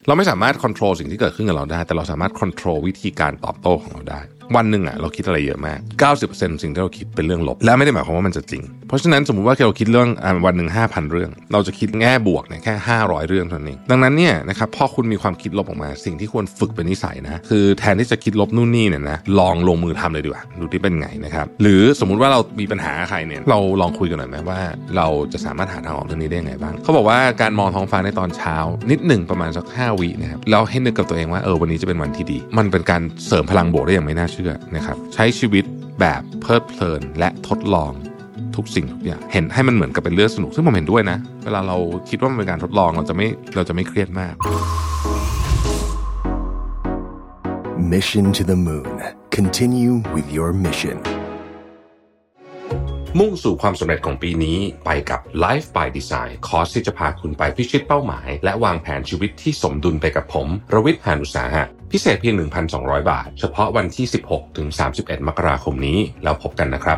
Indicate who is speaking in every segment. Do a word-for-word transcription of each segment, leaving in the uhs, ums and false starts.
Speaker 1: เราไม่สามารถควบคุมสิ่งที่เกิดขึ้นกับเราได้แต่เราสามารถควบคุมวิธีการตอบโต้ของเราได้วันหนึ่งอ่ะเราคิดอะไรเยอะมาก เก้าสิบเปอร์เซ็นต์ สิ่งที่เราคิดเป็นเรื่องลบและไม่ได้หมายความว่ามันจะจริงเพราะฉะนั้นสมมุติว่าเราคิดเรื่องวันหนึ่ง ห้าพัน เรื่องเราจะคิดแง่บวกเนี่ยแค่ห้าร้อยเรื่องเท่านั้นเองดังนั้นเนี่ยนะครับพอคุณมีความคิดลบออกมาสิ่งที่ควรฝึกเป็นนิสัยนะคือแทนที่จะคิดลบนู่นนี่เนี่ยนะลองลงมือทำเลยดีกว่าดูที่เป็นไงนะครับหรือสมมุติว่าเรามีปัญหาใครเนี่ยเราลองคุยกันหน่อยไหมว่าเราจะสามารถหาทางออกเรื่องนี้ได้ยังไงบ้างเขาบอกว่าการมองท้องฟ้าในตอนเช้านิดหนึ่งประมาณสักห้าวินะครับแล้วให้นึกกับตัวเองว่าเออวันนี้จะเป็นวันที่ดีมันเป็นการเสริมพลังบวกได้อย่างไม่น่าเชื่อนะครับใช้ชีวิตแบบเพลิดเพลินและทดลองทุกสิ่งทุกอย่างเห็นให้มันเหมือนกับเป็นเรื่องสนุกซึ่งผมเห็นด้วยนะเวลาเราคิดว่ามันเป็นการทดลองเราจะไม่เราจะไม่เครียดมาก
Speaker 2: Mission to the Moon Continue with your mission
Speaker 1: มุ่งสู่ความสำเร็จของปีนี้ไปกับ Life by Design คอร์สที่จะพาคุณไปพิชิตเป้าหมายและวางแผนชีวิตที่สมดุลไปกับผมรวิทย์ หาญอุตสาหะพิเศษเพียง หนึ่งพันสองร้อย บาทเฉพาะวันที่ สิบหกถึงสามสิบเอ็ด มกราคมนี้แล้วพบกันนะครับ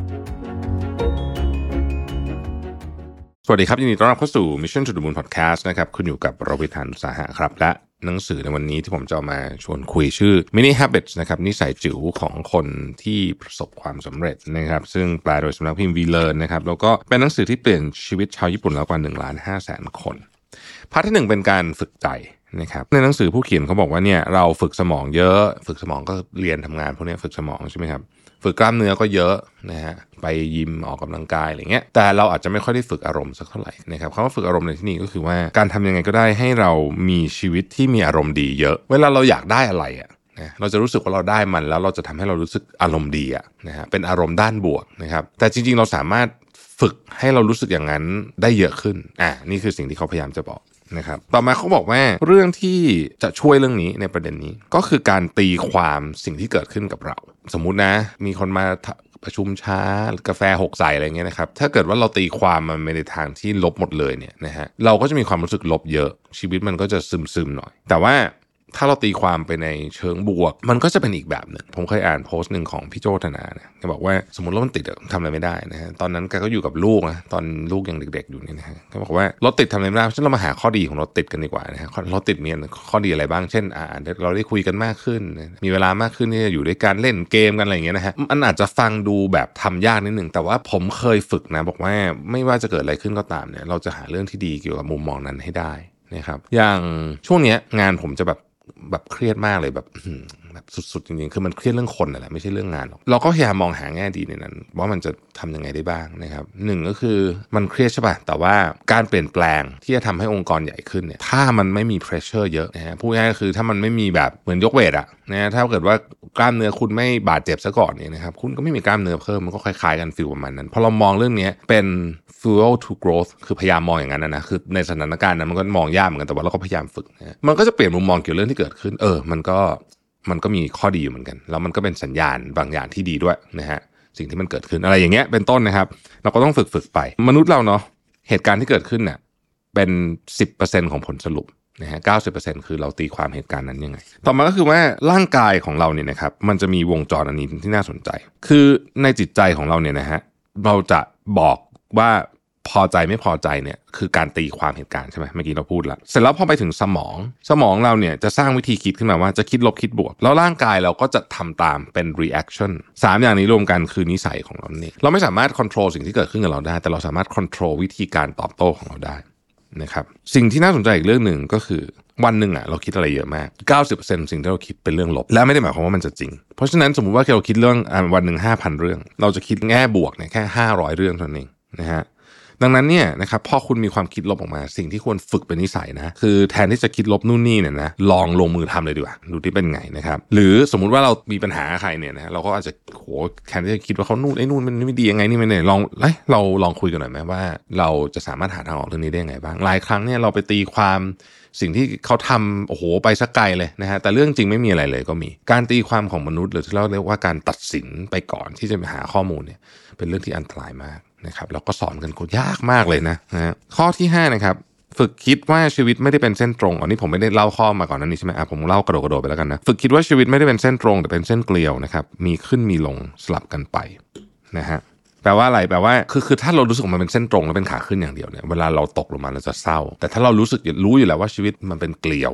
Speaker 1: สวัสดีครับยินดีต้อนรับเข้าสู่ Mission to the Moon Podcast นะครับคุณอยู่กับรวิทย์ หาญอุตสาหะครับและหนังสือในวันนี้ที่ผมจะมาชวนคุยชื่อ Mini Habits นะครับนิสัยจิ๋วของคนที่ประสบความสำเร็จนะครับซึ่งแปลโดยสำนักพิมพ์ VLearn นะครับแล้วก็เป็นหนังสือที่เปลี่ยนชีวิตชาวญี่ปุ่นแล้วกว่า หนึ่งล้านห้าแสน คนพาร์ทที่หนึ่งเป็นการฝึกใจนะครับในหนังสือผู้เขียนเขาบอกว่าเนี่ยเราฝึกสมองเยอะฝึกสมองก็เรียนทำงานพวกนี้ฝึกสมองใช่ไหมครับฝึกกล้ามเนื้อก็เยอะนะฮะไปยิมออกกำลังกายอะไรเงี้ยแต่เราอาจจะไม่ค่อยได้ฝึกอารมณ์สักเท่าไหร่นะครับคำว่าฝึกอารมณ์ในที่นี้ก็คือว่าการทำยังไงก็ได้ให้เรามีชีวิตที่มีอารมณ์ดีเยอะเวลาเราอยากได้อะไรอ่ะนะเราจะรู้สึกว่าเราได้มันแล้วเราจะทำให้เรารู้สึกอารมณ์ดีอ่ะนะฮะเป็นอารมณ์ด้านบวกนะครับแต่จริงๆเราสามารถฝึกให้เรารู้สึกอย่างนั้นได้เยอะขึ้นอ่ะนี่คือสิ่งที่เขาพยายามจะบอกนะครับต่อมาเขาบอกว่าเรื่องที่จะช่วยเรื่องนี้ในประเด็นนี้ก็คือการตีความสิ่งที่เกิดขึ้นกับเราสมมุตินะมีคนมาประชุมช้ากาแฟหกใส่อะไรเงี้ยนะครับถ้าเกิดว่าเราตีความมันไปในทางที่ลบหมดเลยเนี่ยนะฮะเราก็จะมีความรู้สึกลบเยอะชีวิตมันก็จะซึมๆหน่อยแต่ว่าถ้าเราตีความไปในเชิงบวกมันก็จะเป็นอีกแบบหนึ่งผมเคยอ่านโพสต์หนึ่งของพี่โจธนาเนี่ยแกบอกว่าสมมติรถมันติดทำอะไรไม่ได้นะฮะตอนนั้นแกก็อยู่กับลูกนะตอนลูกยังเด็กๆอยู่นี่นะฮะแกบอกว่ารถติดทำอะไรไม่ได้ฉะนั้นเรามาหาข้อดีของรถติดกันดีกว่านะฮะรถติดมีข้อดีอะไรบ้างเช่นอ่าเราได้คุยกันมากขึ้นมีเวลามากขึ้นที่จะอยู่ด้วยกันเล่นเกมกันอะไรอย่างเงี้ยนะฮะมันอาจจะฟังดูแบบทำยากนิดนึงแต่ว่าผมเคยฝึกนะบอกว่าไม่ว่าจะเกิดอะไรขึ้นก็ตามเนี่ยเราจะหาเรื่องที่ดีเกี่ยวกับมุมมองนั้นให้ได้นะครับอย่างช่วงเนี้ยงานผมจะแบบแบบเครียดมากเลยแบบแบบสุดๆจริงๆคือมันเครียดเรื่องคนนั่นแหละไม่ใช่เรื่องงานหรอกเราก็พยายามมองหาแง่ดีในนั้นว่ามันจะทำยังไงได้บ้างนะครับหนึ่งก็คือมันเครียดใช่ป่ะแต่ว่าการเปลี่ยนแปลงที่จะทำให้องค์กรใหญ่ขึ้นเนี่ยถ้ามันไม่มี pressure เยอะนะฮะพูดง่ายๆก็คือถ้ามันไม่มีแบบเหมือนยกเวทอะนะถ้าเกิดว่ากล้ามเนื้อคุณไม่บาดเจ็บซะก่อนเนี่ยนะครับคุณก็ไม่มีกล้ามเนื้อเพิ่มมันก็คล้ายๆกันฟีลประมาณนั้นพอเรามองเรื่องนี้เป็น fuel to growth คือพยายามมองอย่างนั้นนะคือในสถานการณ์นั้นมันก็มองยากเหมือนกันแต่ว่าเราก็พยายามฝึกนะมันก็จะเปลี่ยนมุมมองเกี่ยวกับเรื่องที่เกิดขึ้นเออมันก็มันก็มีข้อดีอยู่เหมือนกันแล้วมันก็เป็นสัญญาณบางอย่างที่ดีด้วยนะฮะสิ่งที่มันเกิดขึ้นอะไรอย่างเงี้ยเป็นต้นนะครับเราก็ต้องฝึกฝึกไปมนุษย์เราเนาะเหตุการณ์ที่เกิดขึ้นเนี่ยเป็น สิบเปอร์เซ็นต์ ของผลสรุปนะฮะ เก้าสิบเปอร์เซ็นต์ คือเราตีความเหตุการณ์นั้นยังไงต่อมาก็คือว่าร่างกายของเราเนี่ยนะครับมันจะมีวงจรอันนี้ที่น่าสนใจคือในจิตใจของเราเนี่ยนะฮะเราจะบอกว่าพอใจไม่พอใจเนี่ยคือการตีความเหตุการณ์ใช่ไหมเมื่อกี้เราพูดแล้วเสร็จแล้วพอไปถึงสมองสมองเราเนี่ยจะสร้างวิธีคิดขึ้นมาว่าจะคิดลบคิดบวกแล้วร่างกายเราก็จะทำตามเป็น reaction สามอย่างนี้รวมกันคือนิสัยของเราเนี่ยเราไม่สามารถ control สิ่งที่เกิดขึ้นกับเราได้แต่เราสามารถ control วิธีการตอบโต้ของเราได้นะครับสิ่งที่น่าสนใจอีกเรื่องหนึ่งก็คือวันหนึ่งอ่ะเราคิดอะไรเยอะมาก เก้าสิบเปอร์เซ็นต์ สิ่งที่เราคิดเป็นเรื่องลบและไม่ได้หมายความว่ามันจะจริงเพราะฉะนั้นสมมุติว่าเราคิดเรื่องวันหนึ่ง ห้าพัน เรื่องเราจะคิดแง่บวกเนี่ยแค่ห้าร้อยเรื่องเท่านั้นเองนะฮะดังนั้นเนี่ยนะครับพอคุณมีความคิดลบออกมาสิ่งที่ควรฝึกเป็นนิสัยนะคือแทนที่จะคิดลบนู่นนี่เนี่ยนะลองลงมือทำเลยดีกว่าดูที่เป็นไงนะครับหรือสมมุติว่าเรามีปัญหาใครเนี่ยนะเราก็อาจจะโหแทนที่จะคิดว่าเขานู่นไอ้นู่นมันไม่ดียังไงนี่มันเนี่ยลองเอ้ยเราลองคุยกันหน่อยไหมว่าเราจะสามารถหาทางออกเรื่องนี้ได้ยังไงบ้างหลายครั้งเนี่ยเราไปตีความสิ่งที่เขาทำโอ้โหไปสักไกลเลยนะฮะแต่เรื่องจริงไม่มีอะไรเลยก็มีการตีความของมนุษย์หรือที่เราเรียกว่าการตัดสินไปก่อนที่จะไปหาข้อมูลเนี่ยเป็นเรื่องที่อันตรายมากนะครับเราก็สอนกันโคตรยากมากเลยนะนะฮะข้อที่ห้านะครับฝึกคิดว่าชีวิตไม่ได้เป็นเส้นตรงอันนี้ผมไม่ได้เล่าข้อมาก่อนนั้นนี่ใช่ไหมอ่ะผมเล่ากระโดดกระโดดไปแล้วกันนะฝึกคิดว่าชีวิตไม่ได้เป็นเส้นตรงแต่เป็นเส้นเกลียวนะครับมีขึ้นมีลงสลับกันไปนะฮะแปลว่าอะไรแปลว่าคือคือถ้าเรารู้สึกมันเป็นเส้นตรงแล้วเป็นขาขึ้นอย่างเดียวเนี่ยเวลาเราตกลงมาเราจะเศร้าแต่ถ้าเรารู้สึกรู้อยู่แล้วว่าชีวิตมันเป็นเกลียว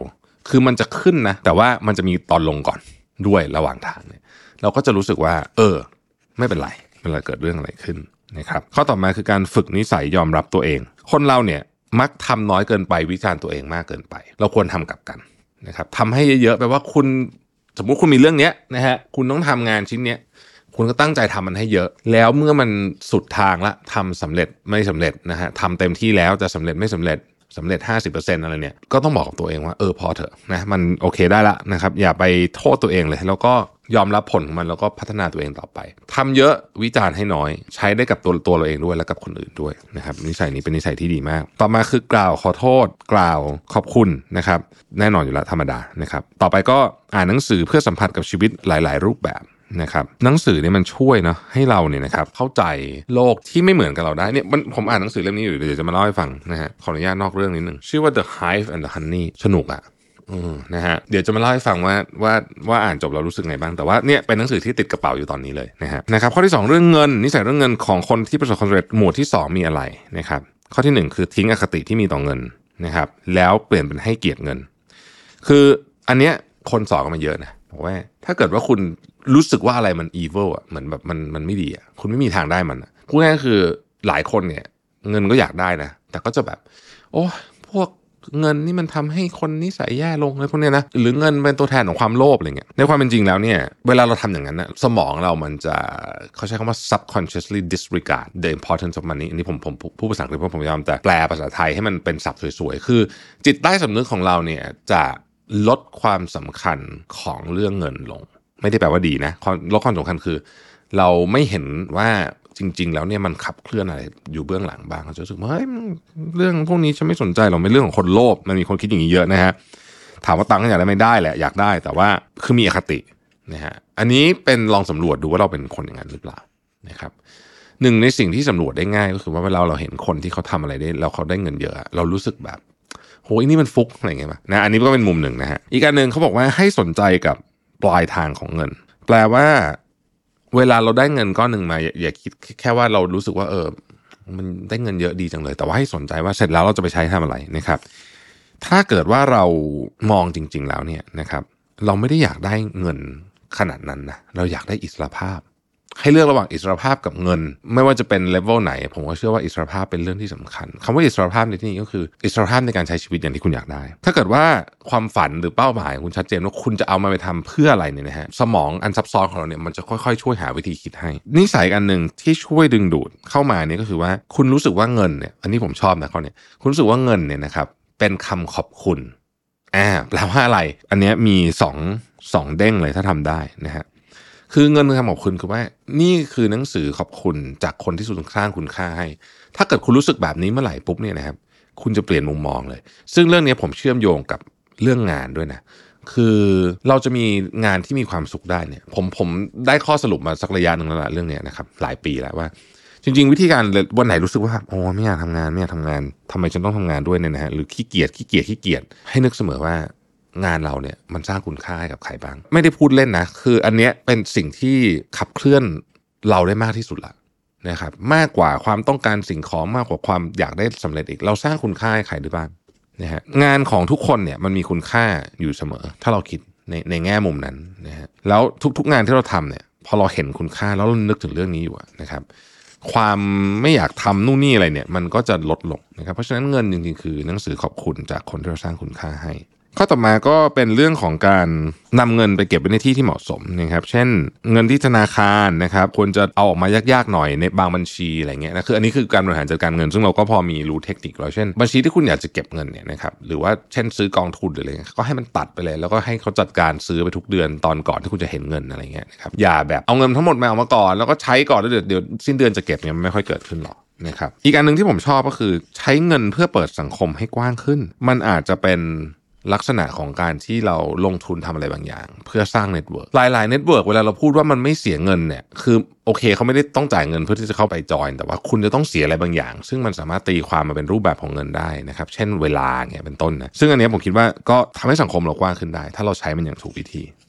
Speaker 1: คือมันจะขึ้นนะแต่ว่ามันจะมีตอนลงก่อนด้วยระหว่างทางเนี่ยเราก็จะรู้สึกว่าเออไม่เป็นไรเวลาเกิดเรื่องอะไรขึ้นนะครับข้อต่อมาคือการฝึกนิสัยยอมรับตัวเองคนเราเนี่ยมักทำน้อยเกินไปวิจารณ์ตัวเองมากเกินไปเราควรทำกลับกันนะครับทำให้เยอะๆแปลว่าคุณสมมุติคุณมีเรื่องนี้นะฮะคุณต้องทำงานชิ้นเนี้ยคุณก็ตั้งใจทำมันให้เยอะแล้วเมื่อมันสุดทางละทำสำเร็จไม่สำเร็จนะฮะทำเต็มที่แล้วจะสำเร็จไม่สำเร็จสำเร็จ ห้าสิบเปอร์เซ็นต์ อะไรเนี่ยก็ต้องบอกกับตัวเองว่าเออพอเถอะนะมันโอเคได้ละนะครับอย่าไปโทษตัวเองเลยแล้วก็ยอมรับผลของมันแล้วก็พัฒนาตัวเองต่อไปทำเยอะวิจารณ์ให้น้อยใช้ได้กับตัวตัวเราเองด้วยและกับคนอื่นด้วยนะครับนิสัยนี้เป็นนิสัยที่ดีมากต่อมาคือกล่าวขอโทษกล่าวขอบคุณนะครับแน่นอนอยู่แล้วธรรมดานะครับต่อไปก็อ่านหนังสือเพื่อสัมผัสกับชีวิตหลายๆรูปแบบนะครับหนังสือเนี่ยมันช่วยเนาะให้เราเนี่ยนะครับเข้าใจโลกที่ไม่เหมือนกับเราได้เนี่ยมันผมอ่านหนังสือเล่มนี้อยู่เดี๋ยวจะมาเล่าให้ฟังนะฮะขออนุญาตนอกเรื่องนิดนึงชื่อว่า The Hive and the Honey สนุกอ่ะอืมนะฮะเดี๋ยวจะมาเล่าให้ฟังว่าว่าว่าอ่านจบเรารู้สึกไงบ้างแต่ว่าเนี่ยเป็นหนังสือที่ติดกระเป๋าอยู่ตอนนี้เลยนะฮะนะครับข้อที่สองเรื่องเงินนิสัยเรื่องเงินของคนที่ประสบความสำเร็จหมวดที่สองมีอะไรนะครับข้อที่หนึ่งคือทิ้งอคติที่มีต่อเงินนะครับแล้วเปลี่ยนเป็นให้เกียรติเงินคืออันเนี้ยคนสอนกันมาเยอะนะบอกว่าถ้าเกิดว่าคุณรู้สึกว่าอะไรมัน evil อ่ะเหมือนแบบมันมันไม่ดีอ่ะคุณไม่มีทางได้มันพูดง่ายๆคือหลายคนเนี่ยเงินก็อยากได้นะแต่ก็จะแบบโอ้พวกเงินนี่มันทำให้คนนิสัยแย่ลงอะไรพวกเนี้ยนะหรือเงินเป็นตัวแทนของความโลภอะไรเงี้ยในความเป็นจริงแล้วเนี่ยเวลาเราทำอย่างนั้นนะสมองเรามันจะเขาใช้คำว่า subconsciously disregard the importance of money อันนี้ผมผมผู้ภาษาอังกฤษเพราะผมพยายามแต่แปลภาษาไทยให้มันเป็นศัพท์สวยๆคือจิตใต้สำนึกของเราเนี่ยจะลดความสำคัญของเรื่องเงินลงไม่ได้แปลว่าดีนะลดความสำคัญคือเราไม่เห็นว่าจริงๆแล้วเนี่ยมันขับเคลื่อนอะไรอยู่เบื้องหลังบ้างเราจะรู้สึกว่าเฮ้ยเรื่องพวกนี้ฉันไม่สนใจหรอกเป็นเรื่องของคนโลภมันมีคนคิดอย่างนี้เยอะนะฮะถามว่าตังค์อยากได้ไม่ได้แหละอยากได้แต่ว่าคือมีอคตินะฮะอันนี้เป็นลองสำรวจดูว่าเราเป็นคนอย่างนั้นหรือเปล่านะครับหนึ่งในสิ่งที่สำรวจได้ง่ายก็คือว่าเวลาเราเห็นคนที่เขาทำอะไรได้แล้วเขาได้เงินเยอะเรารู้สึกแบบโหยนี่มันฟุกอะไรเงี้ยนะอันนี้ก็เป็นมุมหนึ่งนะฮะอีกอันนึงเขาบอกว่าให้สนใจกับปลายทางของเงินแปลว่าเวลาเราได้เงินก้อนหนึ่งมาอย่าอย่าคิดแค่ว่าเรารู้สึกว่าเออมันได้เงินเยอะดีจังเลยแต่ว่าให้สนใจว่าเสร็จแล้วเราจะไปใช้ทำอะไรนะครับถ้าเกิดว่าเรามองจริงๆแล้วเนี่ยนะครับเราไม่ได้อยากได้เงินขนาดนั้นนะเราอยากได้อิสรภาพให้เลือกระหว่างอิสรภาพกับเงินไม่ว่าจะเป็นเลเวลไหนผมก็เชื่อว่าอิสรภาพเป็นเรื่องที่สำคัญคำว่าอิสรภาพในที่นี้ก็คืออิสรภาพในการใช้ชีวิตอย่างที่คุณอยากได้ถ้าเกิดว่าความฝันหรือเป้าหมายของคุณชัดเจนว่าคุณจะเอามาไปทำเพื่ออะไรเนี่ยนะฮะสมองอันซับซ้อนของเราเนี่ยมันจะค่อยๆช่วยหาวิธีคิดให้นิสัยอันหนึ่งที่ช่วยดึงดูดเข้ามาเนี่ยก็คือว่าคุณรู้สึกว่าเงินเนี่ยอันนี้ผมชอบนะข้อนี้คุณรู้สึกว่าเงินเนี่ยนะครับเป็นคำขอบคุณอ่าแปลว่าอะไรอันนี้มีสองสองเด้งเลยถ้าทำได้นะฮะคือเงินคือคำขอบคุณคือว่านี่คือหนังสือขอบคุณจากคนที่สร้างคุณค่าให้ถ้าเกิดคุณรู้สึกแบบนี้เมื่อไหร่ปุ๊บเนี่ยนะครับคุณจะเปลี่ยนมุมมองเลยซึ่งเรื่องนี้ผมเชื่อมโยงกับเรื่องงานด้วยนะคือเราจะมีงานที่มีความสุขได้เนี่ยผมผมได้ข้อสรุปมาสักระยะหนึ่งแล้วล่ะเรื่องนี้นะครับหลายปีแล้วว่าจริงๆวิธีการวันไหนรู้สึกว่าโอ้ไม่อยากทำงานไม่อยากทำงานทำไมฉันต้องทำงานด้วยเนี่ยนะฮะหรือขี้เกียจขี้เกียจขี้เกียจให้นึกเสมอว่างานเราเนี่ยมันสร้างคุณค่าให้กับใครบ้างไม่ได้พูดเล่นนะคืออันเนี้ยเป็นสิ่งที่ขับเคลื่อนเราได้มากที่สุดละนะครับมากกว่าความต้องการสิ่งของมากกว่าความอยากได้สำเร็จอีกเราสร้างคุณค่าให้ใครได้บ้างนะฮะงานของทุกคนเนี่ยมันมีคุณค่าอยู่เสมอถ้าเราคิดในในแง่มุมนั้นนะฮะแล้วทุกๆงานที่เราทำเนี่ยพอเราเห็นคุณค่าแล้วเรานึกถึงเรื่องนี้อยู่นะครับความไม่อยากทำนู่นนี่อะไรเนี่ยมันก็จะลดลงนะครับเพราะฉะนั้นเงินจริงๆคือหนังสือขอบคุณจากคนที่เราสร้างคุณค่าให้ข้อต่อมาก็เป็นเรื่องของการนำเงินไปเก็บไว้ในที่ที่เหมาะสมนะครับเช่นเงินที่ธนาคารนะครับควรจะเอาออกมายากๆหน่อยในบางบัญชีอะไรเงี้ยนะคืออันนี้คือการบริหารจัดการเงินซึ่งเราก็พอมีรู้เทคนิคแล้วเช่นบัญชีที่คุณอยากจะเก็บเงินเนี่ยนะครับหรือว่าเช่นซื้อกองทุนหรืออะไรก็ให้มันตัดไปเลยแล้วก็ให้เขาจัดการซื้อไปทุกเดือนตอนก่อนที่คุณจะเห็นเงินอะไรเงี้ยนะครับอย่าแบบเอาเงินทั้งหมดมาเอามาก่อนแล้วก็ใช้ก่อนแล้วเดี๋ยวเดี๋ยวสิ้นเดือนจะเก็บเนี่ยมันไม่ค่อยเกิดขึ้นหรอกนะครับอีกอันนึงที่ผมชอบก็คือใช้เงินเพื่อเปิดสังคมให้กว้างขึ้นมันอาจจะเป็นลักษณะของการที่เราลงทุนทำอะไรบางอย่างเพื่อสร้างเน็ตเวิร์กหลายๆเน็ตเวิร์กเวลาเราพูดว่ามันไม่เสียเงินเนี่ยคือโอเคเขาไม่ได้ต้องจ่ายเงินเพื่อที่จะเข้าไปจอยแต่ว่าคุณจะต้องเสียอะไรบางอย่างซึ่งมันสามารถตีความมาเป็นรูปแบบของเงินได้นะครับเช่นเวลาเนี่ยเป็นต้นนะซึ่งอันนี้ผมคิดว่าก็ทำให้สังคมเรากว้างขึ้นได้ถ้าเราใช้มันอย่างถูกวิธี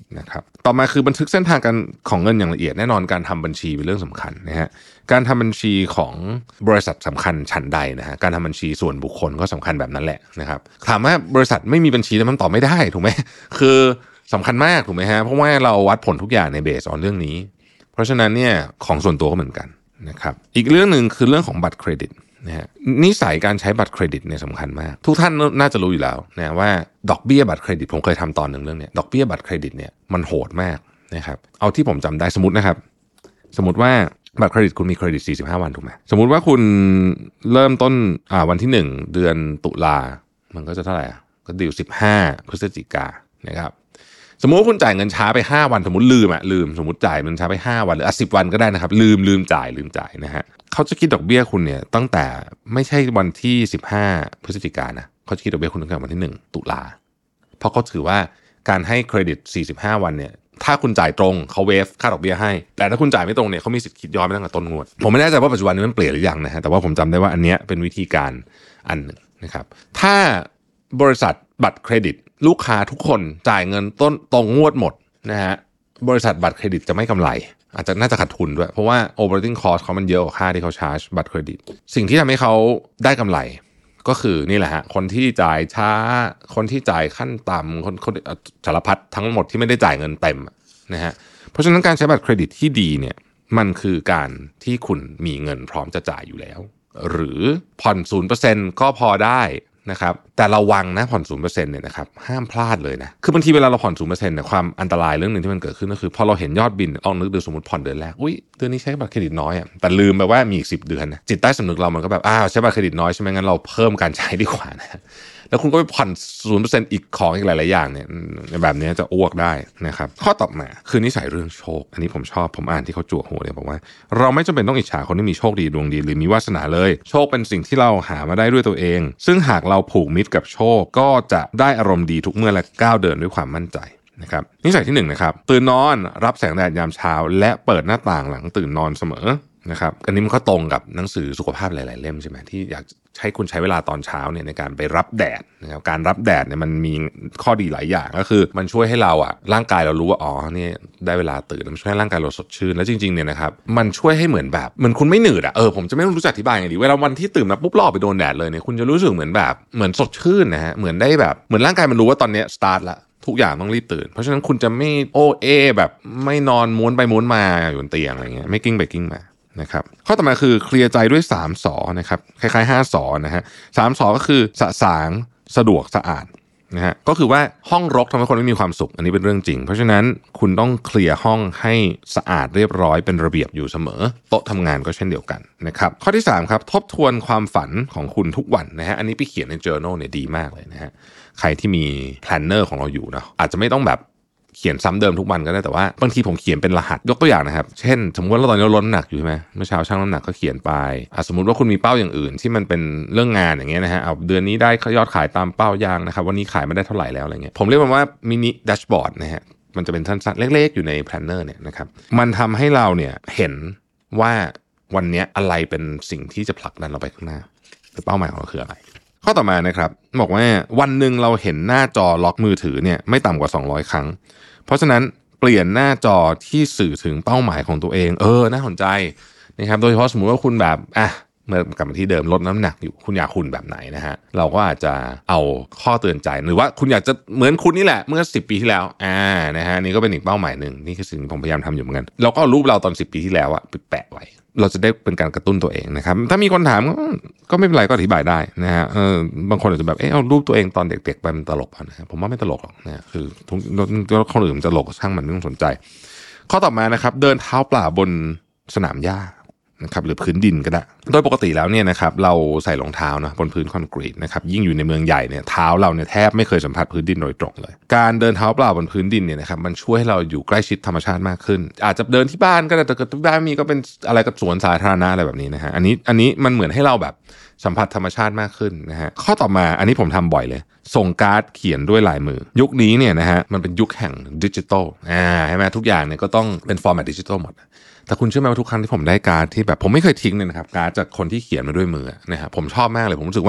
Speaker 1: นะครับต่อมาคือบันทึกเส้นทางการของเงินอย่างละเอียดแน่นอนการทำบัญชีเป็นเรื่องสำคัญนะฮะการทำบัญชีของบริษัทสำคัญชั้นใดนะฮะการทำบัญชีส่วนบุคคลก็สำคัญแบบนั้นแหละนะครับถามว่าบริษัทไม่มีบัญชีแล้วมันตอบไม่ได้ถูกไหมคือสำคัญมากถูกไหมฮะเพราะว่าเราวัดผลทุกอย่างในเบสออนเรื่องนี้เพราะฉะนั้นเนี่ยของส่วนตัวก็เหมือนกันนะครับอีกเรื่องหนึ่งคือเรื่องของบัตรเครดิตนะฮะนิสัยการใช้บัตรเครดิตเนี่ยสำคัญมากทุกท่านน่าจะรู้อยู่แล้วนะว่าดอกเบี้ยบัตรเครดิตผมเคยทำตอนหนึ่งเรื่องเนี้ยดอกเบี้ยบัตรเครดิตเนี่ยมันโหดมากนะครับเอาที่ผมจำได้สมมตินะครับสมมติว่าบัตรเครดิตคุณมีเครดิตสี่สิบห้าวันถูกไหมสมมุติว่าคุณเริ่มต้นอ่าวันที่หนึ่งเดือนตุลามันก็จะเท่าไหร่ก็ดิวสิบห้าพฤศจิกายนนะครับสมมุติว่าคุณจ่ายเงินช้าไปห้าวันสมมุติลืมอ่ะลืมสมมุติจ่ายเงินช้าไปห้าวันหรืออ่ะสิบวันก็ได้นะครับลืมลืมจ่ายลืมจ่ายนะฮะเขาจะคิดดอกเบี้ยคุณเนี่ยตั้งแต่ไม่ใช่วันที่สิบห้าพฤศจิกายนนะเขาจะคิดดอกเบี้ยคุณตั้งแต่วันที่หนึ่งตุลาเพราะเขาถือว่าการให้เครดิตสี่สิบห้าวันเนี่ยถ้าคุณจ่ายตรงเขาเวฟค่าดอกเบี้ยให้แต่ถ้าคุณจ่ายไม่ตรงเนี่ยเขามีสิทธิ์คิดย้อนไปตั้งแต่ต้นงวดผมไม่แน่ใจว่าปัจจุบันนี้มันเปลี่ยนหรือยังนะฮะแต่ว่าผมจำได้ว่าอันเนี้ยเป็นวิธีการอันหนึ่งนะครับถ้าบริษัทบัตรเครดิตลูกค้าทุกคนจ่ายเงินต้นตรงงวดหมดนะฮะบริษัทบัตรเครดิตจะไม่กำไรอาจจะน่าจะขาดทุนด้วยเพราะว่า operating cost เขามันเยอะกว่าค่าที่เขาชาร์จบัตรเครดิตสิ่งที่ทำให้เขาได้กำไรก็คือนี่แหละฮะคนที่จ่ายช้าคนที่จ่ายขั้นต่ำคนคนสารพัดทั้งหมดที่ไม่ได้จ่ายเงินเต็มนะฮะเพราะฉะนั้นการใช้บัตรเครดิตที่ดีเนี่ยมันคือการที่คุณมีเงินพร้อมจะจ่ายอยู่แล้วหรือผ่อน ศูนย์เปอร์เซ็นต์ ก็พอได้นะครับแต่ระวังนะผ่อน ศูนย์เปอร์เซ็นต์ เนี่ยนะครับห้ามพลาดเลยนะคือบางทีเวลาเราผ่อน ศูนย์เปอร์เซ็นต์ เนี่ยความอันตรายเรื่องนึงที่มันเกิดขึ้นก็คือพอเราเห็นยอดบิลลองนึกดูสมมุติผ่อนเดือนแรกอุ๊ยเดือนนี้ใช้บัตรเครดิตน้อยอ่ะแต่ลืมไปว่ามีอีกสิบเดือนนะจิตใต้สำนึกเรามันก็แบบอ้าวใช้บัตรเครดิตน้อยใช่มั้ยงั้นเราเพิ่มการใช้ดีกว่านะแล้วคุณก็ไปผ่อน ศูนย์เปอร์เซ็นต์ อีกของอีกหลายๆอย่างเนี่ยแบบนี้จะอ้วกได้นะครับข้อต่อมาคือนิสัยเรื่องโชคอันนี้ผมชอบผมอ่านที่เขาจั่วหัวเลยบอกว่าเราไม่จำเป็นต้องอิจฉาคนที่มีโชคดีดวงดีหรือมีวาสนาเลยโชคเป็นสิ่งที่เราหามาได้ด้วยตัวเองซึ่งหากเราผูกมิตรกับโชคก็จะได้อารมณ์ดีทุกเมื่อและก้าวเดินด้วยความมั่นใจนะครับนิสัยที่หนึ่งนะครับตื่นนอนรับแสงแดดยามเช้าและเปิดหน้าต่างหลังตื่นนอนเสมอนะครับอันนี้มันก็ตรงกับหนังสือสุขภาพหลายๆเล่มใช่ไหมที่อยากให้คุณใช้เวลาตอนเช้าเนี่ยในการไปรับแดดนะครับการรับแดดเนี่ยมันมีข้อดีหลายอย่างก็คือมันช่วยให้เราอ่ะร่างกายเรารู้ว่าอ๋อเนี่ยได้เวลาตื่นมันช่วยให้ร่างกายเราสดชื่นแล้วจริงๆเนี่ยนะครับมันช่วยให้เหมือนแบบเหมือนคุณไม่หนืดอ่ะเออผมจะไม่รู้จักอธิบายไงดีเวลาวันที่ตื่นมาปุ๊บรอไปโดนแดดเลยเนี่ยคุณจะรู้สึกเหมือนแบบเหมือนสดชื่นนะฮะเหมือนได้แบบเหมือนร่างกายมันรู้ว่าตอนนี้สตาร์ทละทุกอย่างต้องรีบตื่นเพราะฉะนั้นคุณจะไม่โอเอแบบไม่นอนม้วนไปม้วนมาอยู่บนเตียงอะไรเงี้ยไม่กิ้งไปกิ้งมานะครับข้อต่อมาคือเคลียร์ใจด้วยสามสอนะครับคล้ายๆห้าสอนะฮะสามสอก็คือสะสางสะดวกสะอาดนะฮะก็คือว่าห้องรกทำให้คนไม่มีความสุขอันนี้เป็นเรื่องจริงเพราะฉะนั้นคุณต้องเคลียร์ห้องให้สะอาดเรียบร้อยเป็นระเบียบอยู่เสมอโต๊ะทำงานก็เช่นเดียวกันนะครับข้อที่สามครับทบทวนความฝันของคุณทุกวันนะฮะอันนี้ไปเขียนใน journal เนี่ยดีมากเลยนะฮะใครที่มี planner ของเราอยู่นะอาจจะไม่ต้องแบบเขียนซ้ำเดิมทุกวันก็ได้แต่ว่าบางทีผมเขียนเป็นรหัสยกตัวอย่างนะครับเช่นสมมติว่าเราตอนนี้เราลดน้ำหนักอยู่ใช่ไหมเมื่อเช้าชั่งน้ำหนักก็เขียนไปสมมติว่าคุณมีเป้าอย่างอื่นที่มันเป็นเรื่องงานอย่างเงี้ยนะฮะเอาเดือนนี้ได้ยอดขายตามเป้ายังนะครับวันนี้ขายไม่ได้เท่าไหร่แล้วอะไรเงี้ยผมเรียกมันว่ามินิแดชบอร์ดนะฮะมันจะเป็นสั้นๆเล็กๆอยู่ในแพลนเนอร์เนี่ยนะครับมันทำให้เราเนี่ยเห็นว่าวันนี้อะไรเป็นสิ่งที่จะผลักดันเราไปข้างหน้าหรือเป้าหมายของเราคืออะไรข้อต่อมานะครับบอกว่าวันหนึ่งเราเห็นหน้าจอล็อกมือถือเนี่ยไม่ต่ำกว่าสองร้อยครั้งเพราะฉะนั้นเปลี่ยนหน้าจอที่สื่อถึงเป้าหมายของตัวเองเออน่าสนใจนะครับโดยเฉพาะสมมุติว่าคุณแบบอ่ะเมื่อกลับมาที่เดิมลดน้ำหนักอยู่คุณอยากหุ่นแบบไหนนะฮะเราก็อาจจะเอาข้อเตือนใจหรือว่าคุณอยากจะเหมือนคุณนี่แหละเมื่อสิบปีที่แล้วอ่านะฮะนี่ก็เป็นอีกเป้าหมายนึงนี่คือสิ่งที่ผมพยายามทำอยู่เหมือนกันเราก็เอารูปเราตอนสิบปีที่แล้วอะไปแปะไว้เราจะได้เป็นการกระตุ้นตัวเองนะครับถ้ามีคนถามก็ไม่เป็นไรก็อธิบายได้นะฮะเออบางคนอาจจะแบบเออเอารูปตัวเองตอนเด็กๆไปมันตลกป่ะนะผมว่าไม่ตลกหรอกนะคือทุกคนอื่นจะตลกช่างมันไม่ต้องสนใจข้อต่อมานะครับเดินเท้าเปล่าบนสนามหญ้านะครับหรือพื้นดินก็ได้โดยปกติแล้วเนี่ยนะครับเราใส่รองเท้านะบนพื้นคอนกรีตนะครับยิ่งอยู่ในเมืองใหญ่เนี่ยเท้าเราเนี่ยแทบไม่เคยสัมผัสพื้นดินโดยตรงเลยการเดินเท้าเปล่าบนพื้นดินเนี่ยนะครับมันช่วยให้เราอยู่ใกล้ชิดธรรมชาติมากขึ้นอาจจะเดินที่บ้านก็ได้แต่เกิดที่บ้านมีก็เป็นอะไรกับสวนสาธารณะอะไรแบบนี้นะฮะอันนี้อันนี้มันเหมือนให้เราแบบสัมผัสธรรมชาติมากขึ้นนะฮะข้อต่อมาอันนี้ผมทำบ่อยเลยส่งการ์ดเขียนด้วยลายมือยุคนี้เนี่ยนะฮะมันเป็นยุคแห่งดิจิทัลอ่าใช่ไหมทุกอย่างเนี่ยก็ต้องเป็นฟอร์แมตดิจิทัลหมดแต่คุณเชื่อไหมว่าทุกครั้งที่ผมได้การ์ดที่แบบผมไม่เคยทิ้งเลยนะครับการ์ดจากคนที่เขียนมาด้วยมือนะฮะผมชอบมากเลยผมรู้สึกว่า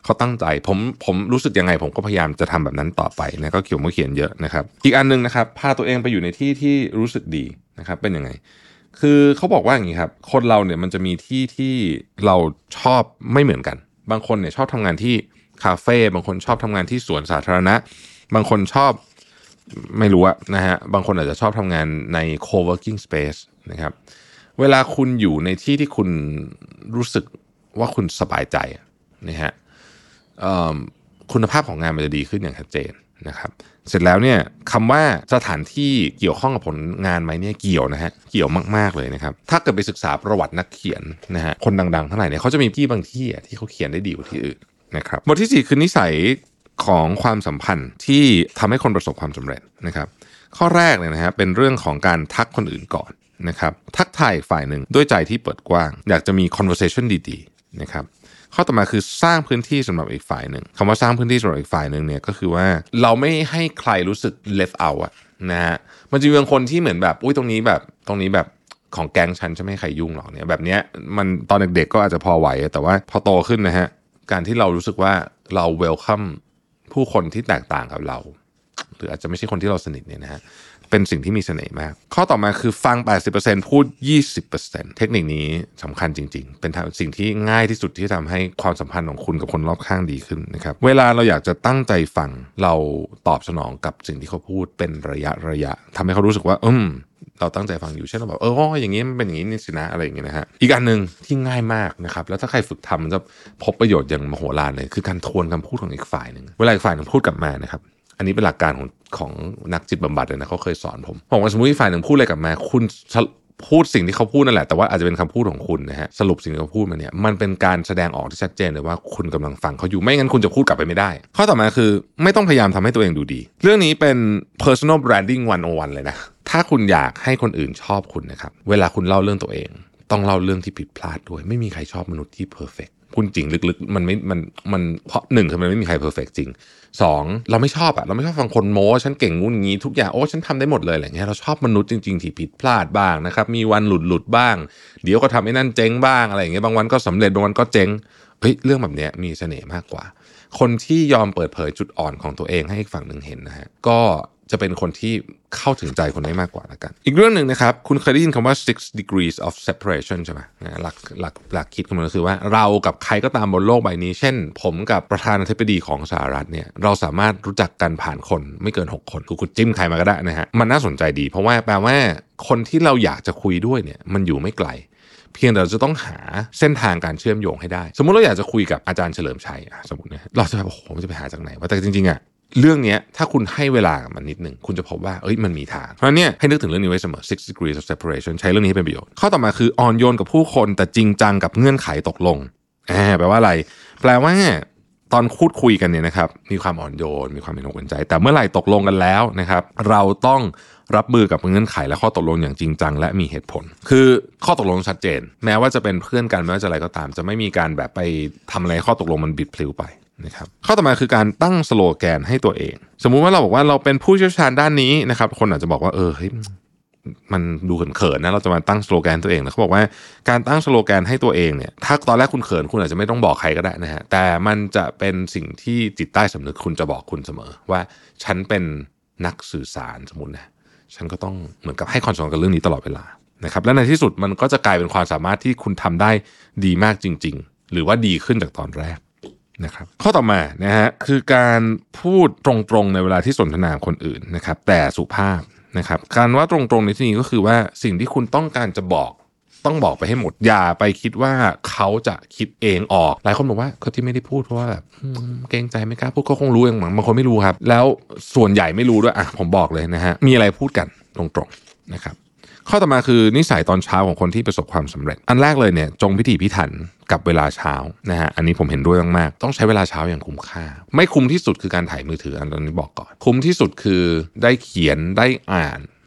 Speaker 1: เขาตั้งใจผมผมรู้สึกยังไงผมก็พยายามจะทำแบบนั้นต่อไปนะก็เขียนมาเขียนเยอะนะครับอีกอันนึงนะครับพาตัวเองไปอยู่ในที่ที่รู้สึกดีนะครับเป็นยังไงคือเขาบอกว่าอย่างนี้ครับคนเราเนี่ยมันจะมีที่ที่เราชอบไม่เหมือนกันบางคนเนี่ยชอบทำงานที่คาเฟ่บางคนชอบทำงานที่สวนสาธารณะบางคนชอบไม่รู้อะนะฮะบางคนอาจจะชอบทำงานใน co-working space นะครับเวลาคุณอยู่ในที่ที่คุณรู้สึกว่าคุณสบายใจนะฮะคุณภาพของงานมันจะดีขึ้นอย่างชัดเจนนะครับเสร็จแล้วเนี่ยคำว่าสถานที่เกี่ยวข้องกับผลงานไหมเนี่ยเกี่ยวนะฮะเกี่ยวมากๆเลยนะครับถ้าเกิดไปศึกษาประวัตินักเขียนนะฮะคนดังๆทั้งหลายเนี่ยเขาจะมีที่บางที่ที่เขาเขียนได้ดีกว่าที่อื่นนะครับบทที่สี่คือนิสัยของความสัมพันธ์ที่ทำให้คนประสบความสำเร็จนะครับข้อแรกเนี่ยนะฮะเป็นเรื่องของการทักคนอื่นก่อนนะครับทักทายฝ่ายหนึ่งด้วยใจที่เปิดกว้างอยากจะมี conversation ดีๆนะครับข้อต่อมาคือสร้างพื้นที่สำหรับอีกฝ่ายหนึ่งคำว่าสร้างพื้นที่สำหรับอีกฝ่ายหนึ่งเนี่ยก็คือว่าเราไม่ให้ใครรู้สึก left out อะนะฮะมันจะมีบางคนที่เหมือนแบบอุ้ยตรงนี้แบบตรงนี้แบบของแก๊งฉันจะไม่ให้ใครยุ่งหรอกเนี่ยแบบเนี้ยมันตอนเด็กๆก็อาจจะพอไหวแต่ว่าพอโตขึ้นนะฮะการที่เรารู้สึกว่าเรา welcome ผู้คนที่แตกต่างกับเราหรืออาจจะไม่ใช่คนที่เราสนิทเนี่ยนะฮะเป็นสิ่งที่มีเสน่ห์มากข้อต่อมาคือฟัง แปดสิบเปอร์เซ็นต์ พูด ยี่สิบเปอร์เซ็นต์ เทคนิคนี้สำคัญจริงๆเป็นสิ่งที่ง่ายที่สุดที่ทำให้ความสัมพันธ์ของคุณกับคนรอบข้างดีขึ้นนะครับเวลาเราอยากจะตั้งใจฟังเราตอบสนองกับสิ่งที่เขาพูดเป็นระยะระยะทำให้เขารู้สึกว่าอืมเราตั้งใจฟังอยู่เช่นเราแบบเอออย่างนี้มันเป็นอย่างนี้นี่สินะอะไรอย่างเงี้ยนะฮะอีกอันนึงที่ง่ายมากนะครับแล้วถ้าใครฝึกทำมันจะพบประโยชน์อย่างมโหฬารเลยคือการทวนคำพูดของอีกฝ่ายนึงเวลาอีกฝ่ายนึงพูดกลับมานะครับอันนี้เป็นหลักการของของนักจิตบำบัดเลยนะเขาเคยสอนผมบอกว่าสมมติฝ่ายหนึ่งพูดอะไรกลับมาคุณพูดสิ่งที่เขาพูดนั่นแหละแต่ว่าอาจจะเป็นคำพูดของคุณนะฮะสรุปสิ่งที่เขาพูดมาเนี่ยมันเป็นการแสดงออกที่ชัดเจนเลยว่าคุณกำลังฟังเขาอยู่ไม่งั้นคุณจะพูดกลับไปไม่ได้ข้อต่อมาคือไม่ต้องพยายามทำให้ตัวเองดูดีเรื่องนี้เป็น personal branding หนึ่งศูนย์หนึ่งเลยนะถ้าคุณอยากให้คนอื่นชอบคุณนะครับเวลาคุณเล่าเรื่องตัวเองต้องเล่าเรื่องที่ผิดพลาดด้วยไม่มีใครชอบมนุษย์ที่ perfect คุณจริงลึกๆมันไม่มันมันเพราะหนึ่งคือมันไม่มีใคร perfect จริงสองเราไม่ชอบอะเราไม่ชอบฟังคนโม้ฉันเก่งงูงี้ทุกอย่างโอ้ฉันทำได้หมดเลยอะไรเงี้ยเราชอบมนุษย์จริงๆที่ผิดพลาดบ้างนะครับมีวันหลุดหลุดบ้างเดี๋ยวก็ทำไอ้นั่นเจ๊งบ้างอะไรอย่างเงี้ยบางวันก็สำเร็จบางวันก็เจ๊งเฮ้ยเรื่องแบบเนี้ยมีเสน่ห์มากกว่าคนที่ยอมเปิดเผยจุดอ่อนของตัวเองให้อีกฝั่งหนึ่งเห็นนะฮะก็จะเป็นคนที่เข้าถึงใจคนได้มากกว่าละกันอีกเรื่องหนึ่งนะครับคุณเคยได้ยินคำว่า six degrees of separation ใช่ไหมหลักหลักหลักคิดของมันก็คือว่าเรากับใครก็ตามบนโลกใบนี้เช่นผมกับประธานาธิบดีของสหรัฐเนี่ยเราสามารถรู้จักกันผ่านคนไม่เกินหกคนคือคุณจิ้มใครมาก็ได้นะฮะมันน่าสนใจดีเพราะว่าแปลว่าคนที่เราอยากจะคุยด้วยเนี่ยมันอยู่ไม่ไกลเพียงแต่เราจะต้องหาเส้นทางการเชื่อมโยงให้ได้สมมุติเราอยากจะคุยกับอาจารย์เฉลิมชัยสมมตินะเราจะแบบโอ้โหมันจะไปหาจากไหนวะแต่จริงๆอ่ะเรื่องนี้ถ้าคุณให้เวลากับมันนิดนึงคุณจะพบว่าเอ้ยมันมีทางเพราะเนี่ยให้นึกถึงเรื่องนี้ไว้เสมอ six degrees of separation ใช้เรื่องนี้ให้เป็นประโยชน์ข้อต่อมาคืออ่อนโยนกับผู้คนแต่จริงจังกับเงื่อนไขตกลงอ่าแปลว่าอะไรแปลว่าตอนพูดคุยกันเนี่ยนะครับมีความอ่อนโยนมีความเป็นอกเป็นใจแต่เมื่อไหร่ตกลงกันแล้วนะครับเราต้องรับมือกับเงื่อนไขและข้อตกลงอย่างจริงจังและมีเหตุผลคือข้อตกลงชัดเจนแม้ว่าจะเป็นเพื่อนกันแม้ว่าจะอะไรก็ตามจะไม่มีการแบบไปทำอะไรข้อตกลงมันบิดพลิ้วไปนะครับข้อต่อมาคือการตั้งสโลแกนให้ตัวเองสมมุติว่าเราบอกว่าเราเป็นผู้เชี่ยวชาญด้านนี้นะครับคนอาจจะบอกว่าเออเฮ้ยมันดูเขินๆนะเราจะมาตั้งสโลแกนตัวเองนะเขาบอกว่าการตั้งสโลแกนให้ตัวเองเนี่ยถ้าตอนแรกคุณเขินคุณอาจจะไม่ต้องบอกใครก็ได้นะฮะแต่มันจะเป็นสิ่งที่จิตใต้สำนึกคุณจะบอกคุณเสมอว่าฉันเป็นนักสื่อสารสมมุตินะฉันก็ต้องเหมือนกับให้ความสำคัญกับเรื่องนี้ตลอดเวลานะครับและในที่สุดมันก็จะกลายเป็นความสามารถที่คุณทำได้ดีมากจริงๆหรือว่าดีขึ้นจากตอนแรกนะครับข้อต่อมานะฮะคือการพูดตรงๆในเวลาที่สนทนาคนอื่นนะครับแต่สุภาพนะครับการว่าตรงๆในที่นี้ก็คือว่าสิ่งที่คุณต้องการจะบอกต้องบอกไปให้หมดอย่าไปคิดว่าเขาจะคิดเองออกหลายคนบอกว่าเขาที่ไม่ได้พูดเพราะว่าแบบเกรงใจไม่กล้าพูดก็คงรู้เองบางคนไม่รู้ครับแล้วส่วนใหญ่ไม่รู้ด้วยอ่ะผมบอกเลยนะฮะมีอะไรพูดกันตรงๆนะครับข้อต่อมาคือนิสัยตอนเช้าของคนที่ประสบความสำเร็จอันแรกเลยเนี่ยจงพิถีพิถันกับเวลาเช้านะฮะอันนี้ผมเห็นด้วยมากๆต้องใช้เวลาเช้าอย่างคุ้มค่าไม่คุ้มที่สุดคือการถ่ายมือถืออันนี้บอกก่อนคุ้มที่สุดคือได้เขียนได้อ่าน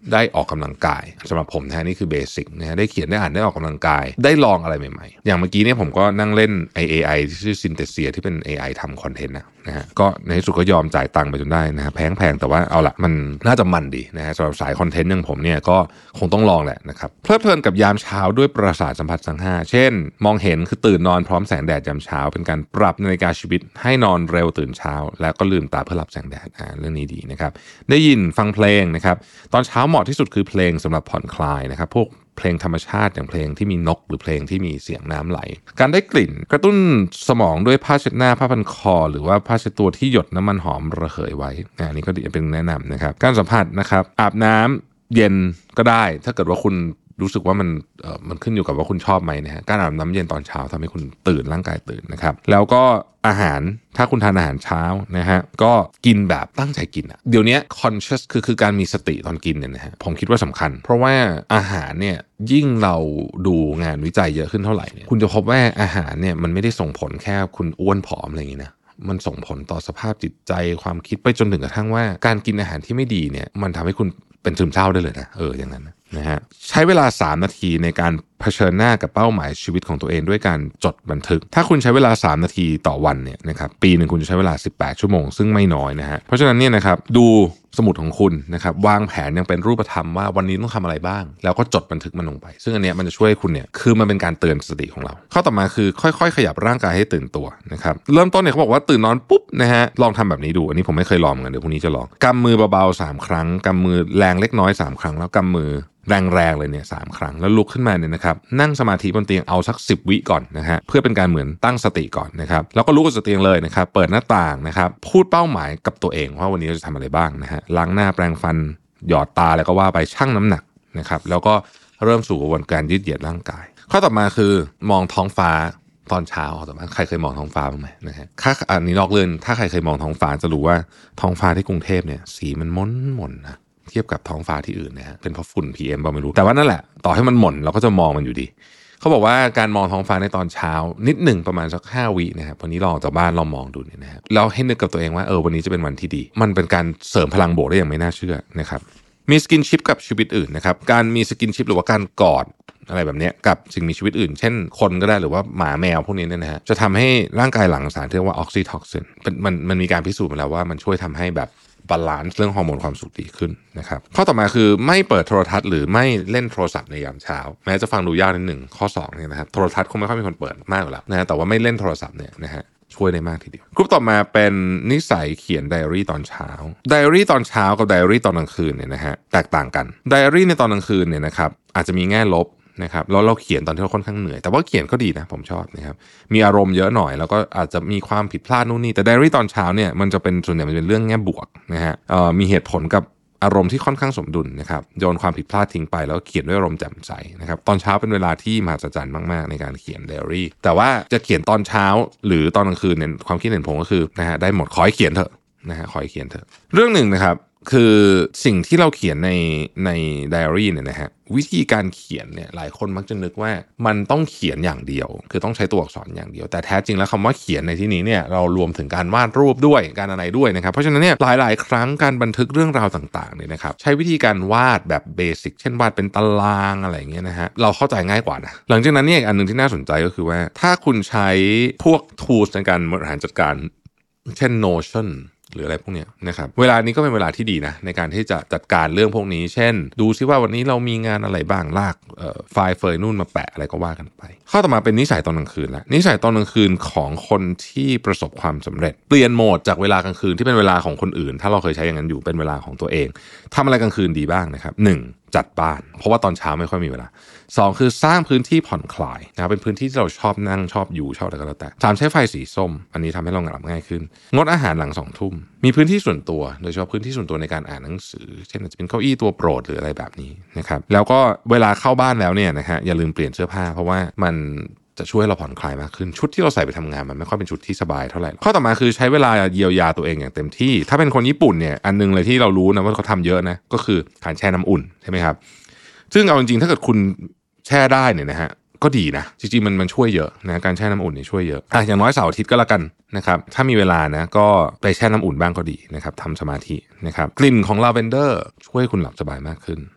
Speaker 1: ได้ออกกำลังกายสำหรับผมนะนี่คือเบสิกนะฮะได้เขียนได้อ่านได้ออกกำลังกายได้ลองอะไรใหม่ๆอย่างเมื่อกี้เนี่ยผมก็นั่งเล่น เอ ไอ ที่ชื่อ Synthesia ที่เป็น เอ ไอ ทำคอนเทนต์นะนะฮะก็ในที่สุดก็ยอมจ่ายตังค์ไปจนได้นะฮะแพงๆแต่ว่าเอาละมันน่าจะมันดีนะฮะสำหรับสายคอนเทนต์อย่างผมเนี่ยก็คงต้องลองแหละนะครับเพลิดเพลินกับยามเช้าด้วยประสาทสัมผัสทั้งห้าเช่นมองเห็นคือตื่นนอนพร้อมแสงแดดยามเช้าเป็นการปรับนาฬิกาชีวิตให้นอนเร็วตื่นเช้าแล้วก็ลืมตาเพื่อรับแสงแดดอ่าเรื่องนี้ดีนะครับได้ยินฟังเพลงนะครับตอนเช้าเหมาะที่สุดคือเพลงสำหรับผ่อนคลายนะครับพวกเพลงธรรมชาติอย่างเพลงที่มีนกหรือเพลงที่มีเสียงน้ำไหลการได้กลิ่นกระตุ้นสมองด้วยผ้าเช็ดหน้าผ้าพันคอหรือว่าผ้าเช็ดตัวที่หยดน้ำมันหอมระเหยไว้อันนี้ก็เป็นแนะนำนะครับการสัมผัสนะครับอาบน้ำเย็นก็ได้ถ้าเกิดว่าคุณรู้สึกว่ามันเอ่อมันขึ้นอยู่กับว่าคุณชอบไหมนะฮะการอาบน้ำเย็นตอนเช้าทำให้คุณตื่นร่างกายตื่นนะครับแล้วก็อาหารถ้าคุณทานอาหารเช้านะฮะก็กินแบบตั้งใจกินอ่ะเดี๋ยวนี้ conscious คือคือการมีสติตอนกินเนี่ยนะฮะผมคิดว่าสำคัญเพราะว่าอาหารเนี่ยยิ่งเราดูงานวิจัยเยอะขึ้นเท่าไหร่เนี่ยคุณจะพบว่าอาหารเนี่ยมันไม่ได้ส่งผลแค่คุณอ้วนผอมอะไรอย่างนี้นะมันส่งผลต่อสภาพจิตใจความคิดไปจนถึงกระทั่งว่าการกินอาหารที่ไม่ดีเนี่ยมันทำให้คุณเป็นซึมเศร้าได้เลยนะเอออย่างนั้นนะฮะใช้เวลาสามนาทีในการเผชิญหน้ากับเป้าหมายชีวิตของตัวเองด้วยการจดบันทึกถ้าคุณใช้เวลาสามนาทีต่อวันเนี่ยนะครับปีนึงคุณจะใช้เวลาสิบแปดชั่วโมงซึ่งไม่น้อยนะฮะเพราะฉะนั้นเนี่ยนะครับดูสมุดของคุณนะครับวางแผนยังเป็นรูปธรรมว่าวันนี้ต้องทำอะไรบ้างแล้วก็จดบันทึกมันลงไปซึ่งอันเนี้ยมันจะช่วยคุณเนี่ยคือมันเป็นการเตือนสติของเราข้อต่อมาคือค่อยๆขยับร่างกายให้ตื่นตัวนะครับเริ่มต้นเนี่ยเขาบอกว่าตื่นนอนปุ๊บนะฮะลองทำแบบนี้ดูอันนี้ผมไม่เคยลองเหมือนกันเดี๋ยวพรุ่งนี้จะลองกำมือเบาๆสามครั้งกำมือแรงเล็กน้อยสามครั้งแล้วกำมือแรงๆเลยเนี่ยสามครั้งแล้วลุกขึ้นมาเนี่ยนะครับนั่งสมาธิบนเตียงเอาสักสิบวิก่อนนะฮะเพื่อเป็นการเหมือนตั้งสติก่อนนะครับแล้วก็ลุกจากเตียงเลยนะครับเปิดหน้าต่างนะครับพูดเป้าหมายกับตัวเองว่าวันนี้เราจะทำอะไรบ้างนะฮะล้างหน้าแปรงฟันหยอดตาแล้วก็ว่าไปชั่งน้ำหนักนะครับแล้วก็เริ่มสู่กระบวนการยืดเหยียดร่างกายข้อต่อมาคือมองท้องฟ้าตอนเช้าต่อมาใครเคยมองท้องฟ้าบ้างไหมนะฮะถ้าอันนี้นอกเรื่องถ้าใครเคยมองท้องฟ้าจะรู้ว่าท้องฟ้าที่กรุงเทพเนี่ยสีมันม้วนๆนะเทียบกับท้องฟ้าที่อื่นนะฮะเป็นเพราะฝุ่น พี เอ็ม บ่ไม่รู้แต่ว่านั่นแหละต่อให้มันหม่นเราก็จะมองมันอยู่ดีเขาบอกว่าการมองท้องฟ้าในตอนเช้านิดหนึ่งประมาณสักห้าวินะครับวันนี้ลองจากบ้านลองมองดูเนี่ยนะฮะแล้วให้นึกกับตัวเองว่าเออวันนี้จะเป็นวันที่ดีมันเป็นการเสริมพลังบวกได้อย่างไม่น่าเชื่อนะครับมีสกินชิปกับชีวิตอื่นนะครับการมีสกินชิปหรือว่าการกอดอะไรแบบนี้กับสิ่งมีชีวิตอื่นเช่นคนก็ได้หรือว่าหมาแมวพวกนี้เนี่ยนะฮะจะทำให้ร่างกายหลั่งสารที่เรียกว่าออกซิโทซินมันมันมีการพิสูจน์มาแล้วว่ามันช่วยทำให้แบบบาลานซ์เรื่องฮอร์โมนความสุขดีขึ้นนะครับข้อต่อมาคือไม่เปิดโทรทัศน์หรือไม่เล่นโทรศัพท์ในยามเช้าแม้จะฟังดูยากนิดหนึ่งข้อสองเนี่ยนะครับโทรทัศน์คงไม่ค่อยมีคนเปิดมากอยู่แล้วนะแต่ว่าไม่เล่นโทรศัพท์เนี่ยนะฮะช่วยได้มากทีเดียวกรุ๊ปต่อมาเป็นนิสัยเขียนไดอารี่ตอนเช้าไดอารี่ตอนเช้ากับไดอารี่ตอนกลางคืนเนี่ยนะฮะแตกต่างกันไดอารี่ในตอนกลางคืนเนี่ยนะครับอาจจะมีแง่ลบนะครับแล้วเราเขียนตอนที่เราค่อนข้างเหนื่อยแต่ว่าเขียนก็ดีนะผมชอบนะครับมีอารมณ์เยอะหน่อยแล้วก็อาจจะมีความผิดพลาดนู่นนี่แต่ไดอารี่ตอนเช้าเนี่ยมันจะเป็นส่วนใหญ่มันเป็นเรื่องแง่บวกนะฮะเอ่อมีเหตุผลกับอารมณ์ที่ค่อนข้างสมดุลนะครับโยนความผิดพลาดทิ้งไปแล้วเขียนด้วยอารมณ์แจ่มใสนะครับตอนเช้าเป็นเวลาที่มหัศจรรย์มากๆในการเขียนไดอารี่แต่ว่าจะเขียนตอนเช้าหรือตอนกลางคืนเนี่ยความคิดเห็นผมก็คือนะฮะได้หมดขอให้เขียนเถอะนะฮะขอให้เขียนเถอะเรื่องหนึ่งนะครับคือสิ่งที่เราเขียนในในไดอารี่เนี่ยนะฮะวิธีการเขียนเนี่ยหลายคนมักจะนึกว่ามันต้องเขียนอย่างเดียวคือต้องใช้ตัวอักษรอย่างเดียวแต่แท้จริงแล้วคำว่าเขียนในที่นี้เนี่ยเรารวมถึงการวาดรูปด้วยการอะไรด้วยนะครับเพราะฉะนั้นเนี่ยหลายๆครั้งการบันทึกเรื่องราวต่างๆเนี่ยนะครับใช้วิธีการวาดแบบเบสิกเช่นวาดเป็นตารางอะไรอย่างเงี้ยนะฮะเราเข้าใจง่ายกว่านะหลังจากนั้นเนี่ยอันนึงที่น่าสนใจก็คือว่าถ้าคุณใช้พวก tools ในการบริหารจัดการเช่น Notionหรืออะไรพวกนี้นะครับเวลานี้ก็เป็นเวลาที่ดีนะในการที่จะจัดการเรื่องพวกนี้เช่นดูซิว่าวันนี้เรามีงานอะไรบ้างลากไฟล์เฟยนู่นมาแปะอะไรก็ว่ากันไปข้อต่อมาเป็นนิสัยตอนกลางคืนละนิสัยตอนกลางคืนของคนที่ประสบความสำเร็จเปลี่ยนโหมดจากเวลากลางคืนที่เป็นเวลาของคนอื่นถ้าเราเคยใช้อย่างนั้นอยู่เป็นเวลาของตัวเองทำอะไรกลางคืนดีบ้างนะครับหนึ่งจัดบ้านเพราะว่าตอนเช้าไม่ค่อยมีเวลาสองคือสร้างพื้นที่ผ่อนคลายนะเป็นพื้นที่ที่เราชอบนั่งชอบอยู่ชอบอะไรก็แล้วแต่สามใช้ไฟสีส้มอันนี้ทำให้เราหลับง่ายขึ้นงดอาหารหลังสองทุ่มมีพื้นที่ส่วนตัวโดยเฉพาะพื้นที่ส่วนตัวในการอ่านหนังสือเช่นอาจจะเป็นเก้าอี้ตัวโปรดหรืออะไรแบบนี้นะครับแล้วก็เวลาเข้าบ้านแล้วเนี่ยนะฮะอย่าลืมเปลี่ยนเสื้อผ้าเพราะว่ามันจะช่วยเราผ่อนคลายมากขึ้นชุดที่เราใส่ไปทำงานมันไม่ค่อยเป็นชุดที่สบายเท่าไหร่ข้อต่อมาคือใช้เวลาเยียวยาตัวเองอย่างเต็มที่ถ้าเป็นคนญี่ปุ่นเนี่ยอันนึงเลยที่เรารู้นะว่าเขาทำเยอะนะก็คือการแช่น้ำอุ่นใช่ไหมครับซึ่งเอาจริงๆถ้าเกิดคุณแช่ได้เนี่ยนะฮะก็ดีนะจริงๆมันมันช่วยเยอะนะการแช่น้ำอุ่นนี่ช่วยเยอะอ่ะอย่างน้อยเสาร์อาทิตย์ก็แล้วกันนะครับถ้ามีเวลานะก็ไปแช่น้ำอุ่นบ้างก็ดีนะครับทำสมาธินะครับกลิ่นของลาเวนเดอร์ช่วยคุณหลับสบายมากขึ้น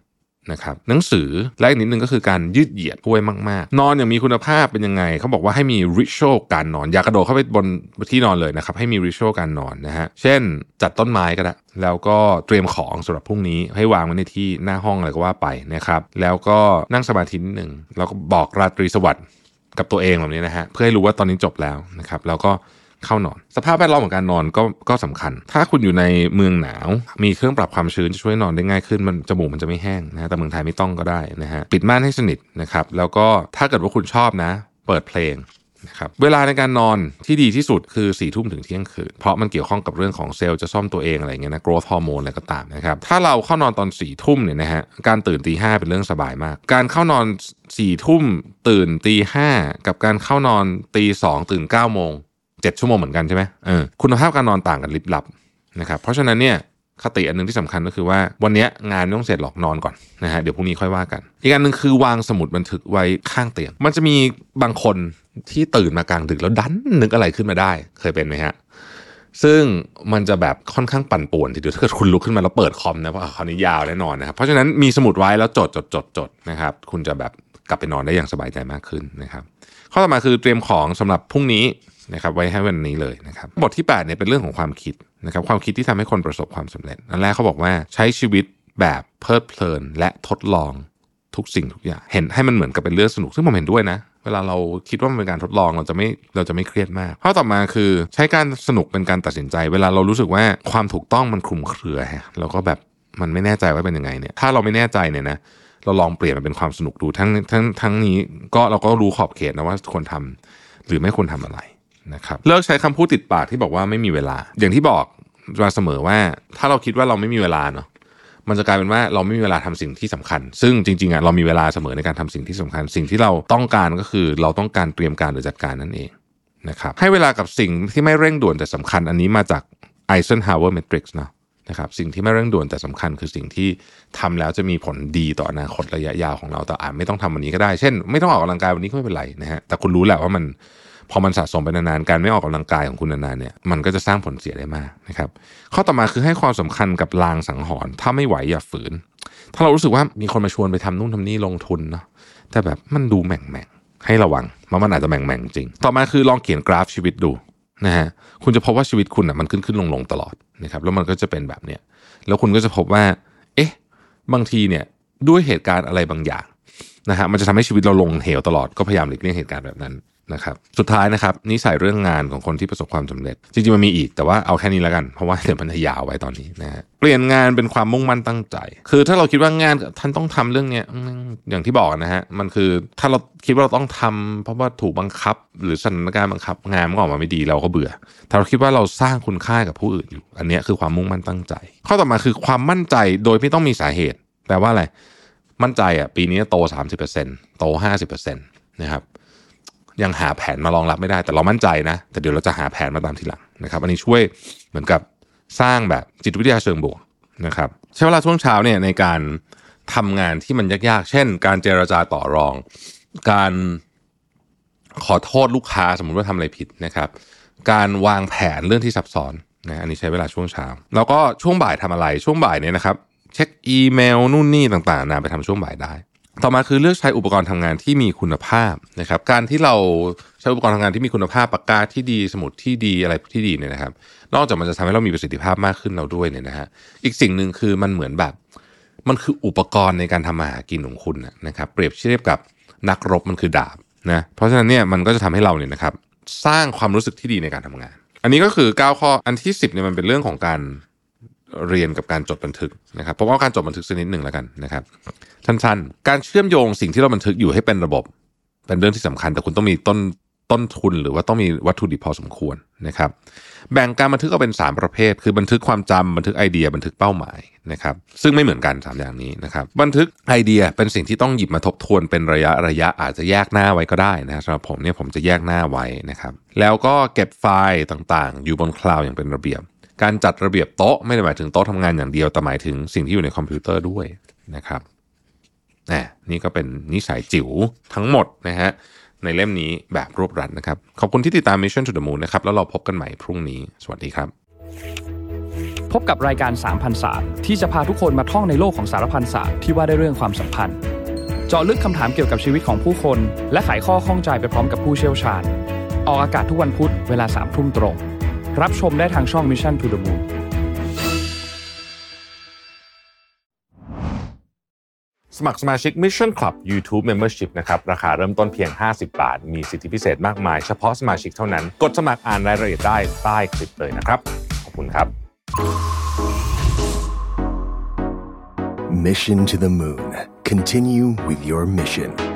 Speaker 1: นะครับหนังสือและอีกนิดนึงก็คือการยืดเหยียดช่วยมากๆนอนอย่างมีคุณภาพเป็นยังไงเขาบอกว่าให้มีริชวลการนอนอย่ากระโดดเข้าไปบนที่นอนเลยนะครับให้มีริชวลการนอนนะฮะเช่นจัดต้นไม้ก็ได้แล้วก็เตรียมของสำหรับพรุ่งนี้ให้วางไว้ในที่หน้าห้องอะไรก็ว่าไปนะครับแล้วก็นั่งสมาธินิดนึงแล้วก็บอกราตรีสวัสดิ์กับตัวเองแบบนี้นะฮะเพื่อให้รู้ว่าตอนนี้จบแล้วนะครับแล้วก็เข้านอนสภาพแวดล้อมของการนอนก็ก็สำคัญถ้าคุณอยู่ในเมืองหนาวมีเครื่องปรับความชื้นจะช่วยนอนได้ง่ายขึ้นมันจมูกมันจะไม่แห้งนะแต่เมืองไทยไม่ต้องก็ได้นะฮะปิดม่านให้สนิทนะครับแล้วก็ถ้าเกิดว่าคุณชอบนะเปิดเพลงนะครับเวลาในการนอนที่ดีที่สุดคือสี่ทุ่มถึงเที่ยงคืนเพราะมันเกี่ยวข้องกับเรื่องของเซลล์จะซ่อมตัวเองอะไรเงี้ยนะ growth hormone อะไรก็ตามนะครับถ้าเราเข้านอนตอนสี่ทุ่มเนี่ยนะฮะการตื่นตีห้าเป็นเรื่องสบายมากการเข้านอนสี่ทุ่มตื่นตีห้ากับการเข้านอนตีสองตื่นเก้าโมงเจ็ดชั่วโมงเหมือนกันใช่ไหมเออคุณภาพการนอนต่างกันลิบลับนะครับเพราะฉะนั้นเนี่ยคติอันนึงที่สำคัญก็คือว่าวันนี้งานไม่ต้องเสร็จหรอกนอนก่อนนะฮะเดี๋ยวพรุ่งนี้ค่อยว่ากันอีกอันนึงคือวางสมุดบันทึกไว้ข้างเตียงมันจะมีบางคนที่ตื่นมากลางดึกแล้วดันนึกอะไรขึ้นมาได้เคยเป็นไหมฮะซึ่งมันจะแบบค่อนข้างปั่นป่วนทีเดียวถ้าเกิดคุณลุกขึ้นมาแล้วเปิดคอมนะเพราะคราวนี้ยาวแน่นอนนะครับเพราะฉะนั้นมีสมุดไว้แล้วจดจดจดจดนะครับคุณจะแบบกลับไปนอนได้อย่างสบายใจมากขึ้นนะครับข้อต่อมาคือเตรียมของสำหรับพรุ่งนี้นะครับไว้ให้วันนี้เลยนะครับบทที่แปดเนี่ยเป็นเรื่องของความคิดนะครับความคิดที่ทำให้คนประสบความสำเร็จอันแรกเขาบอกว่าใช้ชีวิตแบบเพลิดเพลินและทดลองทุกสิ่งทุกอย่างเห็นให้มันเหมือนกับเป็นเรื่องสนุกซึ่งผมเห็นด้วยนะเวลาเราคิดว่ามันเป็นการทดลองเราจะไม่เราจะไม่เครียดมากข้อต่อมาคือใช้การสนุกเป็นการตัดสินใจเวลาเรารู้สึกว่าความถูกต้องมันคลุมเครือฮะแล้วก็แบบมันไม่แน่ใจว่าเป็นยังไงเนี่ยถ้าเราไม่แน่ใจเนี่ยนะเราลองเปลี่ยนมันเป็นความสนุกดูทั้งทั้งทั้งนี้ก็เราก็รู้ขอบเขตนะว่าควรทำหรือไม่ควรทำอะไรนะครับเลิกใช้คำพูดติดปากที่บอกว่าไม่มีเวลาอย่างที่บอกมาเสมอว่าถ้าเราคิดว่าเราไม่มีเวลาเนาะมันจะกลายเป็นว่าเราไม่มีเวลาทำสิ่งที่สำคัญซึ่งจริงๆอ่ะเรามีเวลาเสมอในการทำสิ่งที่สำคัญสิ่งที่เราต้องการก็คือเราต้องการเตรียมการหรือจัดการนั่นเองนะครับให้เวลากับสิ่งที่ไม่เร่งด่วนแต่สำคัญอันนี้มาจาก Eisenhower Matrix เนาะนะครับสิ่งที่ไม่เร่งด่วนแต่สำคัญคือสิ่งที่ทำแล้วจะมีผลดีต่ออนาคตระยะยาวของเราแต่อาจไม่ต้องทำวันนี้ก็ได้เช่นไม่ต้องออกกำลังกายวันนี้ก็ไม่เป็นไรนะฮะแต่คุณรู้แหละว่ามันพอมันสะสมไปนานๆการไม่ออกกำลังกายของคุณนานๆเนี่ยมันก็จะสร้างผลเสียได้มากนะครับข้อต่อมาคือให้ความสำคัญกับลางสังหรณ์ถ้าไม่ไหวอย่าฝืนถ้าเรารู้สึกว่ามีคนมาชวนไปทำนู่นทำนี่ลงทุนเนาะแต่แบบมันดูแหม่งๆให้ระวังเพราะมันอาจจะแหม่งๆจริงต่อมาคือลองเขียนกราฟชีวิตดูนะฮะคุณจะพบว่าชีวิตคุณอ่ะมันขึ้นขึ้นลงลงตลอดนะครับแล้วมันก็จะเป็นแบบเนี้ยแล้วคุณก็จะพบว่าเอ๊ะบางทีเนี่ยด้วยเหตุการณ์อะไรบางอย่างนะฮะมันจะทำให้ชีวิตเราลงเหวตลอดก็พยายามหลีกเลี่ยงเหตุการณ์แบบนั้นนะครับสุดท้ายนะครับนิสัยเรื่องงานของคนที่ประสบความสำเร็จจริงๆมันมีอีกแต่ว่าเอาแค่นี้แล้วกันเพราะว่าเดี๋ยวมันจะยาวไว้ตอนนี้นะฮะเปลี่ยนงานเป็นความมุ่งมั่นตั้งใจคือถ้าเราคิดว่างานท่านต้องทำเรื่องเนี้ยอย่างที่บอกนะฮะมันคือถ้าเราคิดว่าเราต้องทำเพราะว่าถูกบังคับหรือสถานการณ์บังคับงานมันออกมาไม่ดีเราก็เบื่อถ้าเราคิดว่าเราสร้างคุณค่ากับผู้อื่นอยู่อันนี้คือความมุ่งมั่นตั้งใจข้อต่อมาคือความมั่นใจโดยไม่ต้องมีสาเหตุแปลว่าอะไรมั่นใจอ่ะปีนี้โต สามสิบเปอร์เซ็นต์ โต ห้าสิบเปอร์เซ็นต์ นะครับยังหาแผนมารองรับไม่ได้แต่เรามั่นใจนะแต่เดี๋ยวเราจะหาแผนมาตามทีหลังนะครับอันนี้ช่วยเหมือนกับสร้างแบบจิตวิทยาเชิงบวกนะครับใช้เวลาช่วงเช้าเนี่ยในการทำงานที่มันยากๆเช่นการเจรจาต่อรองการขอโทษลูกค้าสมมุติว่าทำอะไรผิดนะครับการวางแผนเรื่องที่ซับซ้อนนะอันนี้ใช้เวลาช่วงเช้าแล้วก็ช่วงบ่ายทำอะไรช่วงบ่ายเนี่ยนะครับเช็คอีเมลนู่นนี่ต่างๆนะไปทำช่วงบ่ายได้ต่อมาคือเลือกใช้อุปกรณ์ทำงานที่มีคุณภาพนะครับการที่เราใช้อุปกรณ์ทำงานที่มีคุณภาพปากกาที่ดีสมุดที่ดีอะไรที่ดีเนี่ยนะครับนอกจากมันจะทำให้เรามีประสิทธิภาพมากขึ้นเราด้วยเนี่ยนะฮะอีกสิ่งหนึ่งคือมันเหมือนแบบมันคืออุปกรณ์ในการทำมาหากินของคุณนะครับเปรียบเทียบกับนักรบมันคือดาบนะเพราะฉะนั้นเนี่ยมันก็จะทำให้เราเนี่ยนะครับสร้างความรู้สึกที่ดีในการทำงานอันนี้ก็คือเก้าข้ออันที่สิบเนี่ยมันเป็นเรื่องของการเรียนกับการจดบันทึกนะครับเพราะว่าการจดบันทึกสักนิดหนึ่งแล้วกันนะครับสั้นๆการเชื่อมโยงสิ่งที่เราบันทึกอยู่ให้เป็นระบบเป็นเรื่องที่สำคัญแต่คุณต้องมีต้นต้นทุนหรือว่าต้องมีวัตถุดิบพอสมควรนะครับแบ่งการบันทึกออกเป็นสามประเภทคือบันทึกความจำบันทึกไอเดียบันทึกเป้าหมายนะครับซึ่งไม่เหมือนกันสามอย่างนี้นะครับบันทึกไอเดียเป็นสิ่งที่ต้องหยิบมาทบทวนเป็นระยะระยะอาจจะแยกหน้าไว้ก็ได้นะสำหรับผมเนี่ยผมจะแยกหน้าไว้นะครับแล้วก็เก็บไฟล์ต่างๆอยู่บนคลาวด์อย่างเป็นระเบียบการจัดระเบียบโต๊ะไม่ได้หมายถึงโต๊ะทำงานอย่างเดียวแต่หมายถึงสิ่งที่อยู่ในคอมพิวเตอร์ด้วยนะครับนี่ก็เป็นนิสัยจิ๋วทั้งหมดนะฮะในเล่มนี้แบบรวบรัดนะครับขอบคุณที่ติดตาม Mission to the Moon นะครับแล้วเราพบกันใหม่พรุ่งนี้สวัสดีครับ
Speaker 3: พบกับรายการสามพันศาสตร์ที่จะพาทุกคนมาท่องในโลกของสารพันศาสตร์ที่ว่าด้วยเรื่องความสัมพันธ์เจาะลึกคำถามเกี่ยวกับชีวิตของผู้คนและไขข้อข้องใจไปพร้อมกับผู้เชี่ยวชาญออกอากาศทุกวันพุธเวลา สามทุ่มตรงรับชมได้ทางช่อง Mission to the Moon
Speaker 1: สมัครสมาชิก Mission Club YouTube Membership นะครับราคาเริ่มต้นเพียงห้าสิบบาทมีสิทธิพิเศษมากมายเฉพาะสมาชิกเท่านั้นกดสมัครอ่านรายละเอียดได้ใต้คลิปเลยนะครับขอบคุณครับ
Speaker 2: Mission to the Moon. Continue with your mission.